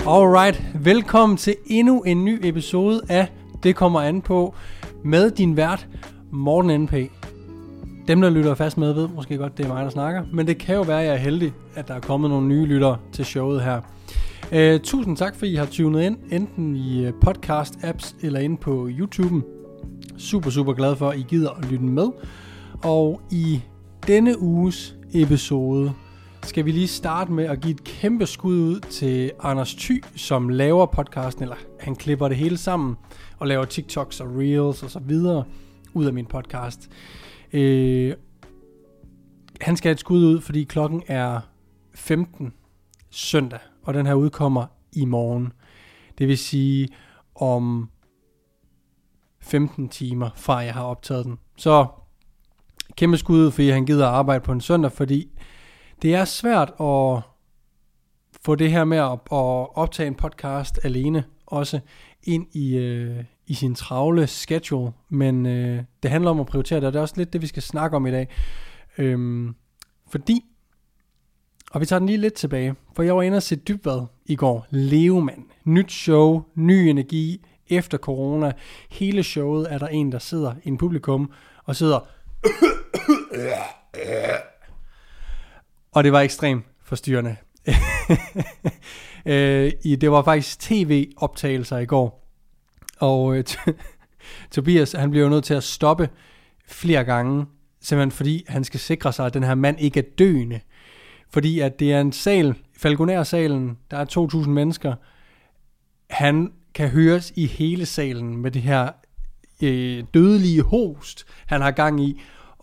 Alright, velkommen til endnu en ny episode af Det kommer an på med din vært Morten NP. Dem der lytter fast med ved måske godt det er mig der snakker, men det kan jo være at jeg er heldig at der er kommet nogle nye lyttere til showet her. Tusind tak fordi I har tunet ind, enten i podcast apps eller inde på YouTube. Super glad for at I gider at lytte med. Og i denne uges episode skal vi lige starte med at give et kæmpe skud ud til Anders Thy, som laver podcasten, eller han klipper det hele sammen og laver TikToks og Reels og så videre ud af min podcast. Han skal have et skud ud, fordi klokken er 15 søndag, og den her udkommer i morgen. Det vil sige om 15 timer fra jeg har optaget den. Så kæmpe skud ud, fordi han gider at arbejde på en søndag, fordi det er svært at få det her med at optage en podcast alene, også ind i sin travle schedule, men det handler om at prioritere det, og det er også lidt det, vi skal snakke om i dag. Fordi, og vi tager den lige lidt tilbage, for jeg var inde og se Dybvad i går. Levemand, nyt show, ny energi, efter corona, hele showet er der en, der sidder i en publikum, og sidder og det var ekstremt forstyrrende. Det var faktisk tv-optagelser i går. Og Tobias, han bliver jo nødt til at stoppe flere gange, simpelthen fordi han skal sikre sig, at den her mand ikke er døende. Fordi at det er en sal, Falconer-salen, der er 2.000 mennesker. Han kan høres i hele salen med det her dødelige host, han har gang i.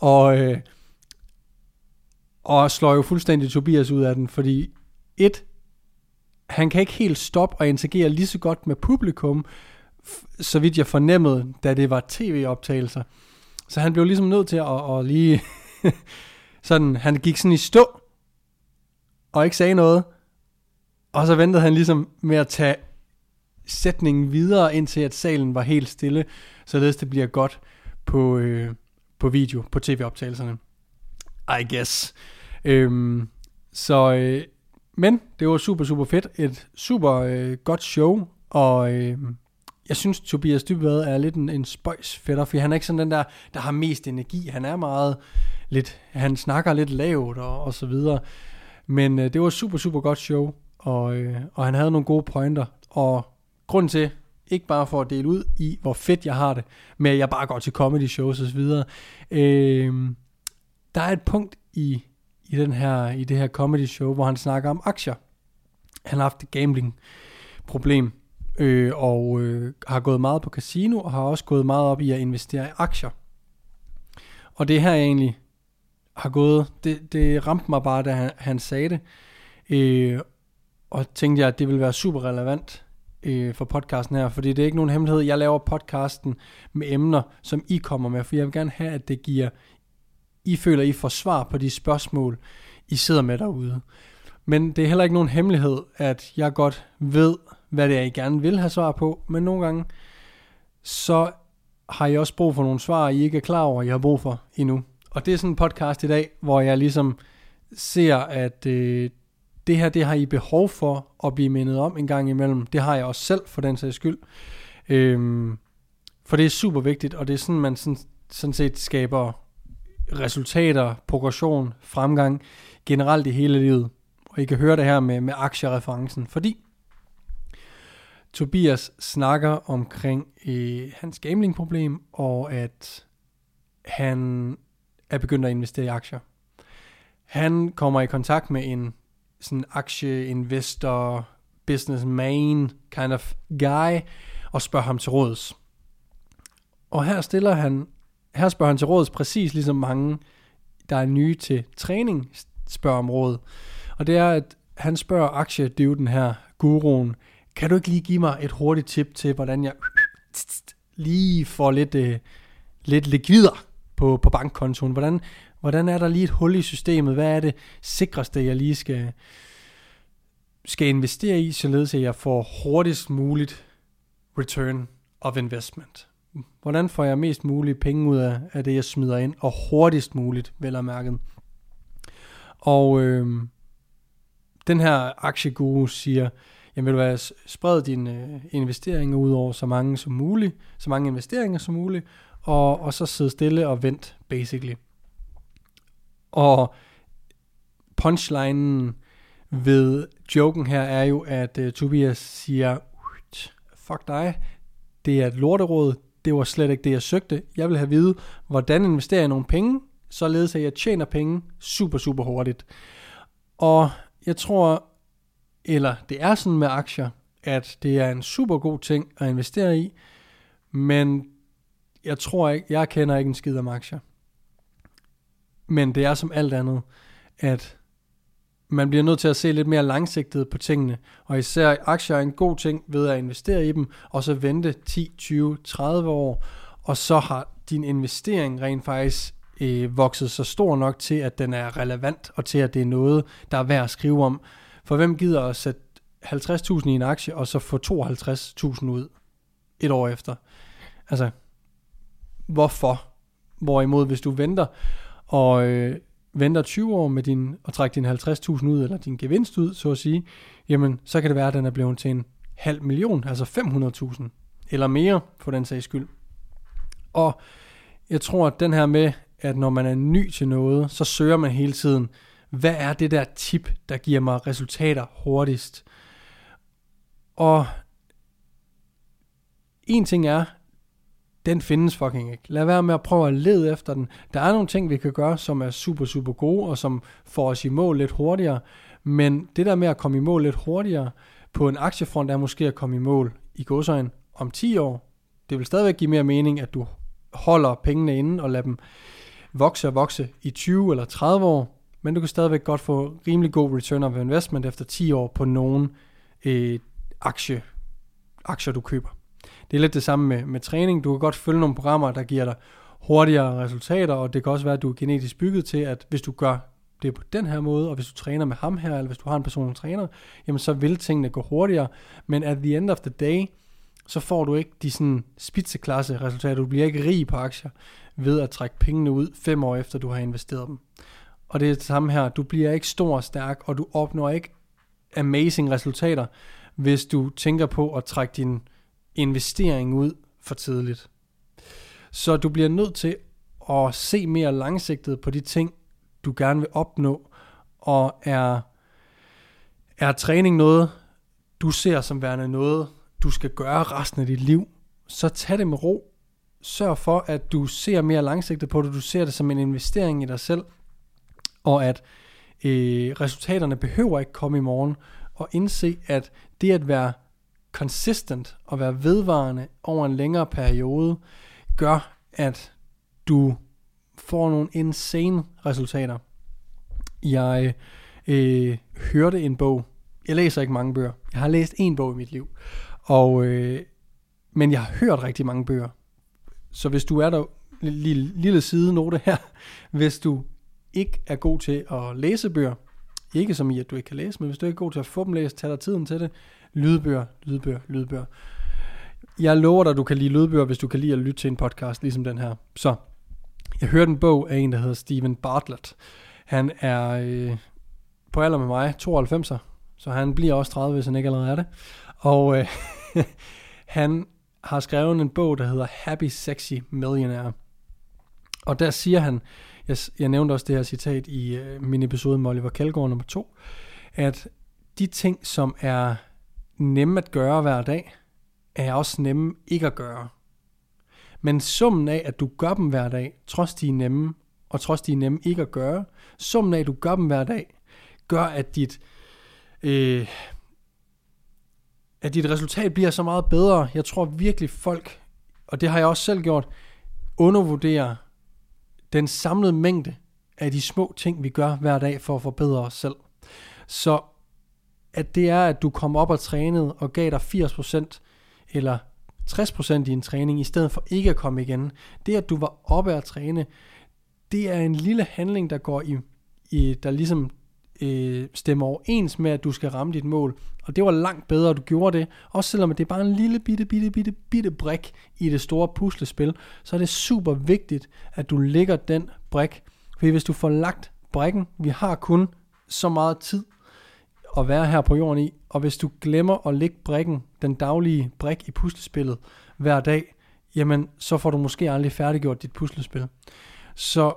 Og slår jo fuldstændig Tobias ud af den, fordi han kan ikke helt stoppe og interagere lige så godt med publikum, så vidt jeg fornemmede, da det var tv-optagelser. Så han blev ligesom nødt til at lige sådan, han gik sådan i stå, og ikke sagde noget, og så ventede han ligesom med at tage sætningen videre, indtil at salen var helt stille, således det bliver godt på video, på tv-optagelserne. I guess. Men det var super fedt. Et super godt show. Og jeg synes Tobias Dybvad er lidt en spøjsfætter, for han er ikke sådan den der har mest energi. Han er meget lidt, han snakker lidt lavt og så videre. Men det var super godt show. Og han havde nogle gode pointer. Og grund til, ikke bare for at dele ud i, hvor fedt jeg har det, men jeg bare går til comedy shows og så videre. Der er et punkt i det her comedy show, hvor han snakker om aktier. Han har haft et gambling problem, og har gået meget på casino, og har også gået meget op i at investere i aktier. Og det her jeg egentlig har gået, det ramte mig bare, da han sagde det, og tænkte jeg, at det ville være super relevant for podcasten her, fordi det er ikke nogen hemmelighed. Jeg laver podcasten med emner, som I kommer med, for jeg vil gerne have, at det giver I føler, I får svar på de spørgsmål, I sidder med derude. Men det er heller ikke nogen hemmelighed, at jeg godt ved, hvad det er, I gerne vil have svar på. Men nogle gange, så har I også brug for nogle svar, I ikke er klar over, I har brug for endnu. Og det er sådan en podcast i dag, hvor jeg ligesom ser, at det her, det har I behov for at blive mindet om en gang imellem. Det har jeg også selv, for den sags skyld. For det er super vigtigt, og det er sådan, man sådan set skaber resultater, progression, fremgang generelt i hele livet. Og I kan høre det her med aktiereferencen, fordi Tobias snakker omkring hans gamblingproblem, og at han er begyndt at investere i aktier. Han kommer i kontakt med en sådan aktieinvestor, businessman kind of guy, og spørger ham til råds. Og her spørger han til råds præcis ligesom mange, der er nye til træning, spørger om råd. Og det er, at han spørger aktiedivden her, guruen, kan du ikke lige give mig et hurtigt tip til, hvordan jeg lige får lidt likvider på bankkontoen? Hvordan er der lige et hul i systemet? Hvad er det sikreste, jeg lige skal investere i, således at jeg får hurtigst muligt return of investment? Hvordan får jeg mest muligt penge ud af det, jeg smider ind, og hurtigst muligt, vel at mærke? Og den her aktieguru siger, jamen vil du være spred dine investeringer ud over så mange investeringer som muligt, og så sidde stille og vent, basically. Og punchlinen ved joken her er jo, at Tobias siger, fuck dig, det er et lorteråd, det var slet ikke det, jeg søgte. Jeg vil have at vide, hvordan investerer jeg nogle penge, således at jeg tjener penge super, super hurtigt. Og jeg tror, eller det er sådan med aktier, at det er en super god ting at investere i, men jeg kender ikke en skid om aktier. Men det er som alt andet, at man bliver nødt til at se lidt mere langsigtet på tingene, og især aktier er en god ting ved at investere i dem, og så vente 10, 20, 30 år, og så har din investering rent faktisk vokset så stor nok til, at den er relevant, og til at det er noget, der er værd at skrive om. For hvem gider at sætte 50.000 i en aktie, og så få 52.000 ud et år efter? Altså, hvorfor? Hvorimod, hvis du venter, og venter 20 år med og trækker din 50.000 ud, eller din gevinst ud, så at sige, jamen, så kan det være, at den er blevet til 500.000, altså 500.000, eller mere, for den sags skyld. Og jeg tror, at den her med, at når man er ny til noget, så søger man hele tiden, hvad er det der tip, der giver mig resultater hurtigst? Og en ting er, den findes fucking ikke. Lad være med at prøve at lede efter den. Der er nogle ting, vi kan gøre, som er super, super gode, og som får os i mål lidt hurtigere. Men det der med at komme i mål lidt hurtigere på en aktiefront, er måske at komme i mål i gåseøjne om 10 år. Det vil stadigvæk give mere mening, at du holder pengene inde og lader dem vokse i 20 eller 30 år. Men du kan stadigvæk godt få rimelig god return of investment efter 10 år på nogle aktier, du køber. Det er lidt det samme med træning. Du kan godt følge nogle programmer, der giver dig hurtigere resultater, og det kan også være, at du er genetisk bygget til, at hvis du gør det på den her måde, og hvis du træner med ham her, eller hvis du har en personlig træner, jamen så vil tingene gå hurtigere. Men at the end of the day, så får du ikke de sådan spidseklasse resultater. Du bliver ikke rig på aktier ved at trække pengene ud 5 år efter, du har investeret dem. Og det er det samme her. Du bliver ikke stor og stærk, og du opnår ikke amazing resultater, hvis du tænker på at trække din investering ud for tidligt. Så du bliver nødt til at se mere langsigtet på de ting, du gerne vil opnå, og er træning noget, du ser som værende noget, du skal gøre resten af dit liv, så tag det med ro. Sørg for, at du ser mere langsigtet på det, du ser det som en investering i dig selv, og at resultaterne behøver ikke komme i morgen, og indse, at det at være consistent og være vedvarende over en længere periode, gør, at du får nogle insane resultater. Jeg hørte en bog. Jeg læser ikke mange bøger. Jeg har læst en bog i mit liv. Men jeg har hørt rigtig mange bøger. Så hvis du er der, lille sidenote her, hvis du ikke er god til at læse bøger, ikke som i, at du ikke kan læse, men hvis du ikke er god til at få dem læst, tag dig tiden til det. Lydbøger. Jeg lover dig, at du kan lide lydbøger, hvis du kan lide at lytte til en podcast, ligesom den her. Så, jeg hørte en bog af en, der hedder Steven Bartlett. Han er på alder med mig, 92'er, så han bliver også 30, hvis han ikke allerede er det. Og han har skrevet en bog, der hedder Happy Sexy Millionaire. Og der siger han, jeg nævnte også det her citat i min episode med Oliver Kjeldgaard nummer 2, at de ting, som er nemme at gøre hver dag, er også nemme ikke at gøre. Men summen af, at du gør dem hver dag, trods de er nemme, og trods de er nemme ikke at gøre, summen af, at du gør dem hver dag, gør, at dit resultat bliver så meget bedre. Jeg tror virkelig folk, og det har jeg også selv gjort, undervurderer den samlede mængde af de små ting, vi gør hver dag for at forbedre os selv. Så at det er, at du kom op og trænede og gav dig 80% eller 60% i en træning, i stedet for ikke at komme igen. Det, at du var oppe at træne, det er en lille handling, der går der ligesom stemmer overens med, at du skal ramme dit mål. Og det var langt bedre, at du gjorde det. Også selvom det er bare en lille bitte brik i det store puslespil, så er det super vigtigt, at du lægger den brik. For hvis du får lagt brikken, vi har kun så meget tid, at være her på jorden i, og hvis du glemmer at lægge brikken, den daglige brik i puslespillet hver dag, jamen så får du måske aldrig færdiggjort dit puslespil. Så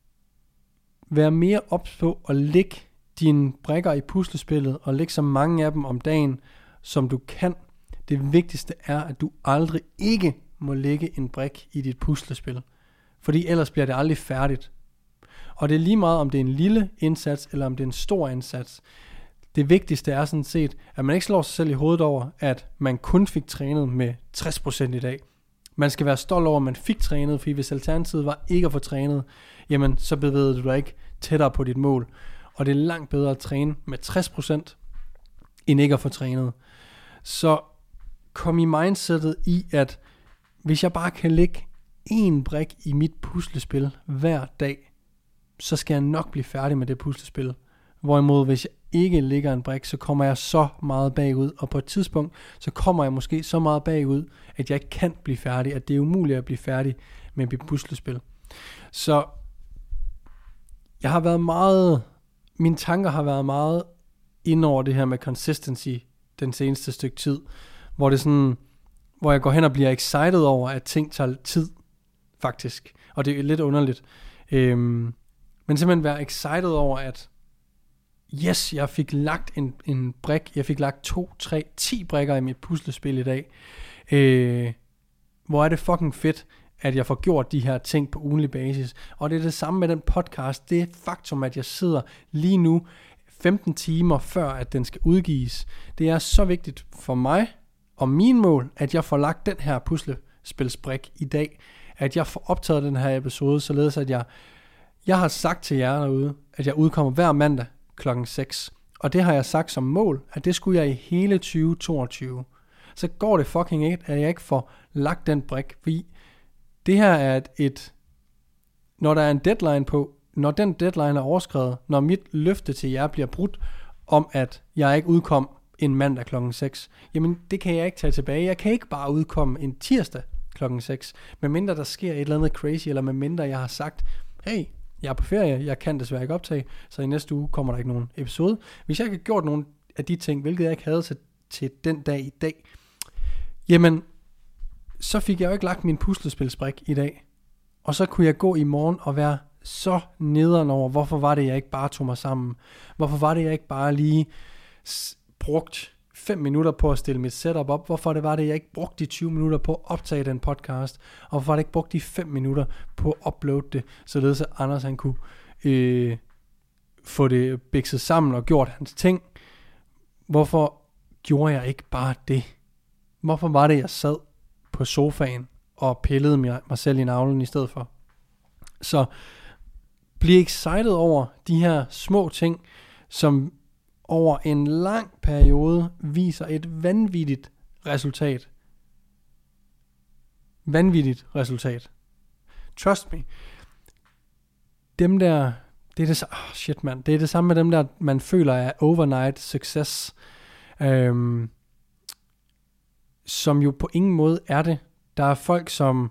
vær mere ops på at lægge dine brikker i puslespillet, og lægge så mange af dem om dagen, som du kan. Det vigtigste er, at du aldrig ikke må lægge en brik i dit puslespil, fordi ellers bliver det aldrig færdigt. Og det er lige meget, om det er en lille indsats, eller om det er en stor indsats. Det vigtigste er sådan set, at man ikke slår sig selv i hovedet over, at man kun fik trænet med 60% i dag. Man skal være stolt over, at man fik trænet, fordi hvis alternativet var ikke at få trænet, jamen så bevægede du dig ikke tættere på dit mål. Og det er langt bedre at træne med 60%, end ikke at få trænet. Så kom i mindsetet i, at hvis jeg bare kan lægge en brik i mit puslespil hver dag, så skal jeg nok blive færdig med det puslespil. Hvorimod hvis jeg ikke lægger en brik, så kommer jeg så meget bagud, og på et tidspunkt, så kommer jeg måske så meget bagud, at jeg ikke kan blive færdig, at det er umuligt at blive færdig med mit puslespil. Så jeg har været meget, mine tanker har været meget ind over det her med consistency den seneste stykke tid, hvor det sådan, hvor jeg går hen og bliver excited over, at ting tager tid, faktisk. Og det er lidt underligt. Men simpelthen være excited over, at yes, jeg fik lagt en brik, jeg fik lagt 2, 3, 10 brikker i mit puslespil i dag. Hvor er det fucking fedt, at jeg får gjort de her ting på ugentlig basis. Og det er det samme med den podcast. Det er et faktum, at jeg sidder lige nu 15 timer før, at den skal udgives. Det er så vigtigt for mig og min mål, at jeg får lagt den her puslespilsbrik i dag. At jeg får optaget den her episode, således at jeg har sagt til jer derude, at jeg udkommer hver mandag klokken 6. Og det har jeg sagt som mål, at det skulle jeg i hele 2022. Så går det fucking ikke, at jeg ikke får lagt den brik. Fordi det her er når der er en deadline på, når den deadline er overskredet, når mit løfte til jer bliver brudt, om at jeg ikke udkom en mandag klokken 6, jamen det kan jeg ikke tage tilbage. Jeg kan ikke bare udkomme en tirsdag klokken 6, medmindre der sker et eller andet crazy, eller medmindre jeg har sagt, hey, jeg er på ferie, jeg kan desværre ikke optage, så i næste uge kommer der ikke nogen episode. Hvis jeg ikke har gjort nogen af de ting, hvilket jeg ikke havde til den dag i dag, jamen, så fik jeg jo ikke lagt min puslespilsbrik i dag. Og så kunne jeg gå i morgen og være så nederen over, hvorfor var det, jeg ikke bare tog mig sammen? Hvorfor var det, jeg ikke bare lige brugt 5 minutter på at stille mit setup op? Hvorfor var det, jeg ikke brugte de 20 minutter på at optage den podcast? Og hvorfor var det ikke brugt de 5 minutter på at uploade det, således at Anders han kunne få det bikset sammen og gjort hans ting? Hvorfor gjorde jeg ikke bare det? Hvorfor var det, jeg sad på sofaen og pillede mig selv i navlen i stedet for? Så bliv excited over de her små ting, som over en lang periode viser et vanvittigt resultat. Vanvittigt resultat. Trust me. Dem der, det er det, det er det samme med dem der, man føler er overnight success, som jo på ingen måde er det. Der er folk som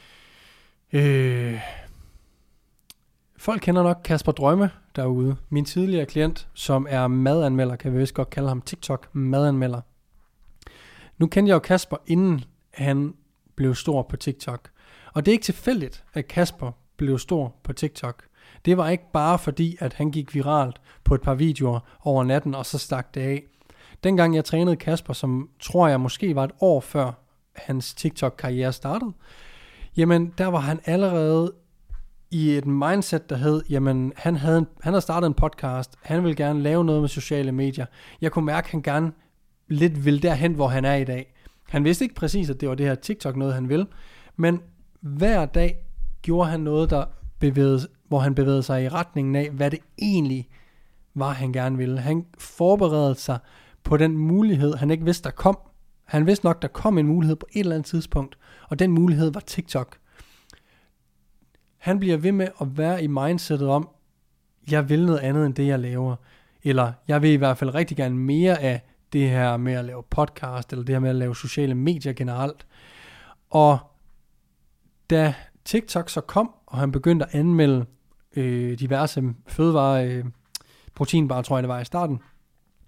folk kender nok Kasper Drømme derude. Min tidligere klient, som er madanmelder, kan vi vist godt kalde ham TikTok madanmelder. Nu kendte jeg jo Kasper, inden han blev stor på TikTok. Og det er ikke tilfældigt, at Kasper blev stor på TikTok. Det var ikke bare fordi, at han gik viralt på et par videoer over natten, og så stak det af. Dengang jeg trænede Kasper, som tror jeg måske var et år før hans TikTok-karriere startede, jamen der var han allerede i et mindset, der hed, jamen han havde startet en podcast, han ville gerne lave noget med sociale medier. Jeg kunne mærke, at han gerne lidt ville derhen, hvor han er i dag. Han vidste ikke præcis, at det var det her TikTok noget, han ville, men hver dag gjorde han noget, hvor han bevægede sig i retningen af, hvad det egentlig var, han gerne ville. Han forberedte sig på den mulighed, han ikke vidste, der kom. Han vidste nok, der kom en mulighed på et eller andet tidspunkt, og den mulighed var TikTok. Han bliver ved med at være i mindsetet om, jeg vil noget andet end det, jeg laver. Eller jeg vil i hvert fald rigtig gerne mere af det her med at lave podcast, eller det her med at lave sociale medier generelt. Og da TikTok så kom, og han begyndte at anmelde diverse fødevarer, proteinbarer tror jeg det var i starten,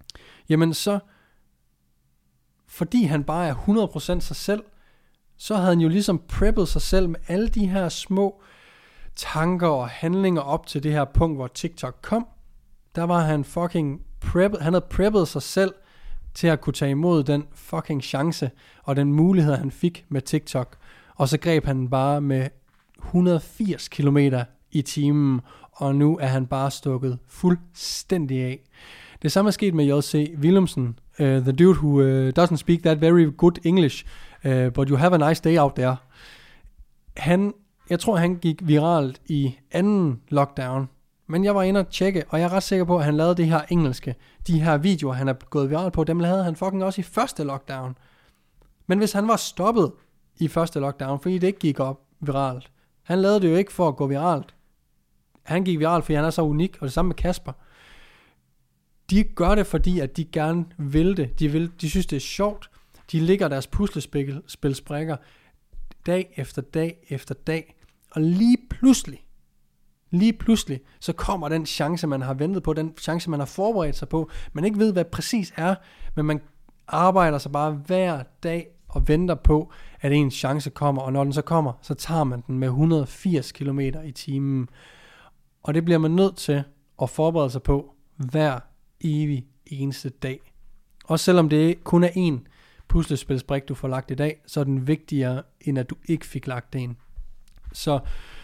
jamen så, fordi han bare er 100% sig selv, så havde han jo ligesom preppet sig selv med alle de her små tanker og handlinger op til det her punkt, hvor TikTok kom. Der var han fucking preppet, han havde preppet sig selv til at kunne tage imod den fucking chance og den mulighed, han fik med TikTok. Og så greb han bare med 180 km i timen, og nu er han bare stukket fuldstændig af. Det samme er sket med J.C. Willumsen, the dude who doesn't speak that very good English, but you have a nice day out there. Jeg tror, han gik viralt i anden lockdown, men jeg var inde og tjekke, og jeg er ret sikker på, at han lavede det her engelske. De her videoer, han er gået viralt på, dem lavede han fucking også i første lockdown. Men hvis han var stoppet i første lockdown, fordi det ikke gik op viralt, han lavede det jo ikke for at gå viralt. Han gik viralt, fordi han er så unik, og det samme med Kasper. De gør det, fordi at de gerne vil det. De synes, det er sjovt. De ligger deres puslespilsbrikker dag efter dag efter dag. Og lige pludselig, så kommer den chance, man har ventet på, den chance, man har forberedt sig på. Man ikke ved, hvad præcis er, men man arbejder sig bare hver dag og venter på, at en chance kommer. Og når den så kommer, så tager man den med 180 km i timen. Og det bliver man nødt til at forberede sig på hver evig eneste dag. Også selvom det kun er en puslespilsbrik, du får lagt i dag, så er den vigtigere, end at du ikke fik lagt en. Så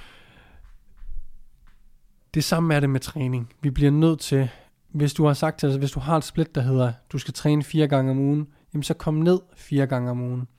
det samme er det med træning. Vi bliver nødt til, hvis du har sagt til os, hvis du har et split, der hedder, du skal træne 4 gange om ugen, jamen så kom ned 4 gange om ugen.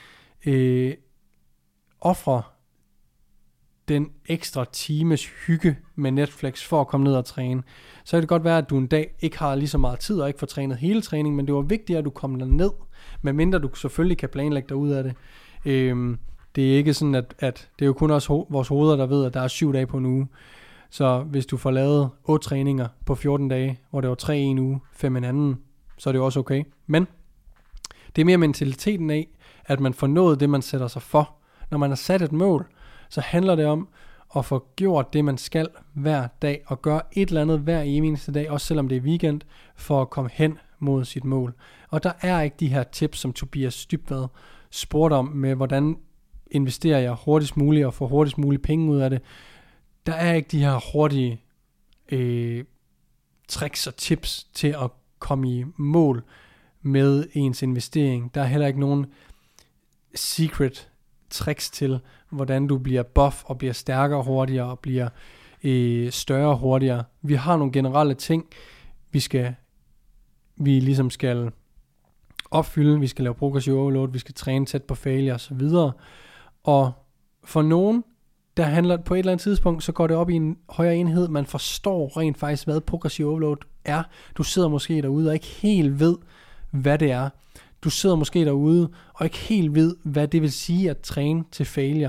Ofre den ekstra times hygge med Netflix for at komme ned og træne. Så kan det godt være, at du en dag ikke har lige så meget tid og ikke får trænet hele træningen, men det var vigtigt, at du kommer ned, medmindre du selvfølgelig kan planlægge dig ud af det. Det er ikke sådan, at det er jo kun også vores hoveder, der ved, at der er 7 dage på en uge. Så hvis du får lavet 8 træninger på 14 dage, hvor det var 3 en uge, 5 en anden, så er det jo også okay. Men det er mere mentaliteten af, at man får nået det, man sætter sig for. Når man har sat et mål, så handler det om at få gjort det, man skal hver dag, og gøre et eller andet hver eneste dag, også selvom det er weekend, for at komme hen mod sit mål. Og der er ikke de her tips, som Tobias Dybvad spurgte om, med hvordan investerer jeg hurtigst muligt og får hurtigst muligt penge ud af det. Der er ikke de her hurtige tricks og tips til at komme i mål med ens investering. Der er heller ikke nogen secret tricks til, hvordan du bliver buff og bliver stærkere hurtigere og bliver større hurtigere. Vi har nogle generelle ting, vi ligesom skal opfylde. Vi skal lave progressive overload, vi skal træne tæt på failure og så videre. Og for nogen, der handler på et eller andet tidspunkt, så går det op i en højere enhed. Man forstår rent faktisk, hvad progressive overload er. Du sidder måske derude og ikke helt ved, hvad det er. Du sidder måske derude og ikke helt ved, hvad det vil sige at træne til failure.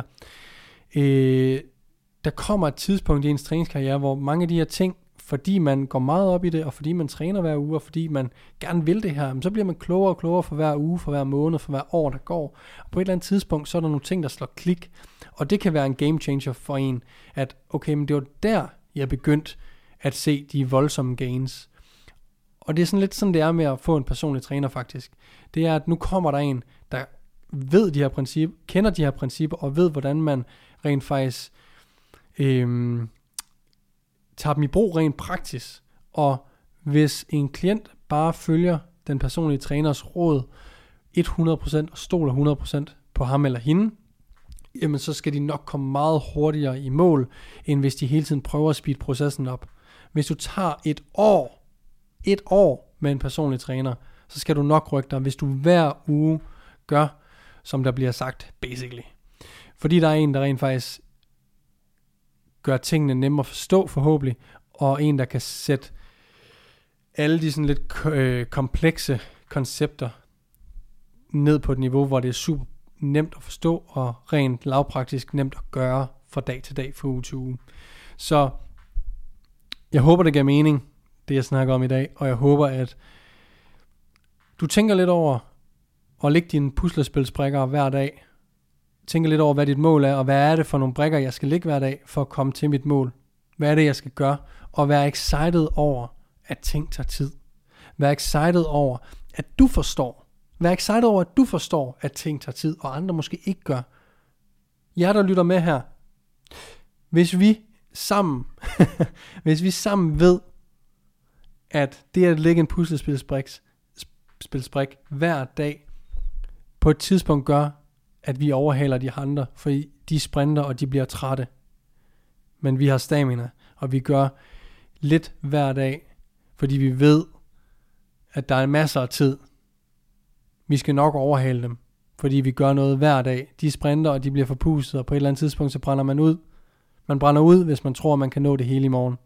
Der kommer et tidspunkt i ens træningskarriere, hvor mange af de her ting, fordi man går meget op i det, og fordi man træner hver uge, og fordi man gerne vil det her, så bliver man klogere og klogere for hver uge, for hver måned, for hver år, der går. Og på et eller andet tidspunkt, så er der nogle ting, der slår klik. Og det kan være en game changer for en, at okay, men det var der, jeg begyndte at se de voldsomme gains. Og det er sådan lidt sådan, det er med at få en personlig træner faktisk. Det er, at nu kommer der en, der ved de her principper, kender de her principper, og ved, hvordan man rent faktisk tager dem i brug rent praktisk. Og hvis en klient bare følger den personlige træners råd 100% og stoler 100% på ham eller hende, jamen så skal de nok komme meget hurtigere i mål, end hvis de hele tiden prøver at speede processen op. Hvis du tager et år med en personlig træner, så skal du nok rykke dig, hvis du hver uge gør, som der bliver sagt, basically. Fordi der er en, der rent faktisk gør tingene nemmere at forstå forhåbentlig, og en, der kan sætte alle de sådan lidt komplekse koncepter ned på et niveau, hvor det er super nemt at forstå, og rent lavpraktisk nemt at gøre fra dag til dag, fra uge til uge. Så jeg håber, det giver mening, det jeg snakker om i dag, og jeg håber, at du tænker lidt over at lægge dine puslespilsbrikker hver dag. Tænker lidt over, hvad dit mål er, og hvad er det for nogle brikker, jeg skal lægge hver dag, for at komme til mit mål. Hvad er det, jeg skal gøre, og være excited over, at ting tager tid. Vær excited over, at du forstår. Vær excited over, at du forstår, at ting tager tid, og andre måske ikke gør. Jer, der lytter med her. Hvis vi sammen ved, at det at lægge en puslespilsbrik hver dag, på et tidspunkt gør, at vi overhaler de andre, fordi de sprinter, og de bliver trætte. Men vi har stamina, og vi gør lidt hver dag, fordi vi ved, at der er masser af tid. Vi skal nok overhale dem, fordi vi gør noget hver dag. De sprinter, og de bliver forpustet, og på et eller andet tidspunkt, så brænder man ud. Man brænder ud, hvis man tror, man kan nå det hele i morgen.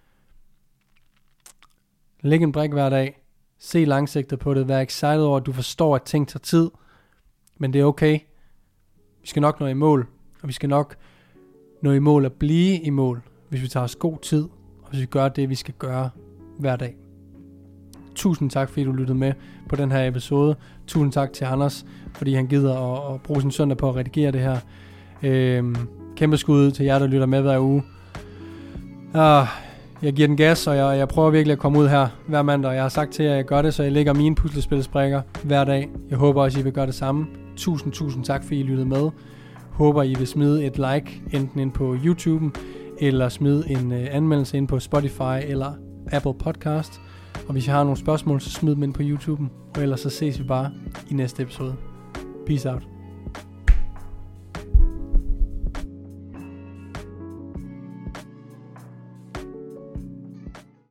Læg en brik hver dag. Se langsigtet på det. Vær excited over, at du forstår, at ting tager tid. Men det er okay. Vi skal nok nå i mål. Og vi skal nok nå i mål og blive i mål, hvis vi tager os god tid, og hvis vi gør det, vi skal gøre hver dag. Tusind tak, fordi du lyttede med på den her episode. Tusind tak til Anders, fordi han gider at bruge sin søndag på at redigere det her. Kæmpe skud til jer, der lytter med hver uge. Jeg giver den gas, og jeg prøver virkelig at komme ud her hver mandag. Jeg har sagt til jer, at jeg gør det, så jeg lægger mine puslespilsbrikker hver dag. Jeg håber også, I vil gøre det samme. Tusind tak, fordi I lyttede med. Håber, I vil smide et like, enten ind på YouTube, eller smide en anmeldelse ind på Spotify eller Apple Podcast. Og hvis I har nogle spørgsmål, så smid dem ind på YouTube. Og ellers så ses vi bare i næste episode. Peace out.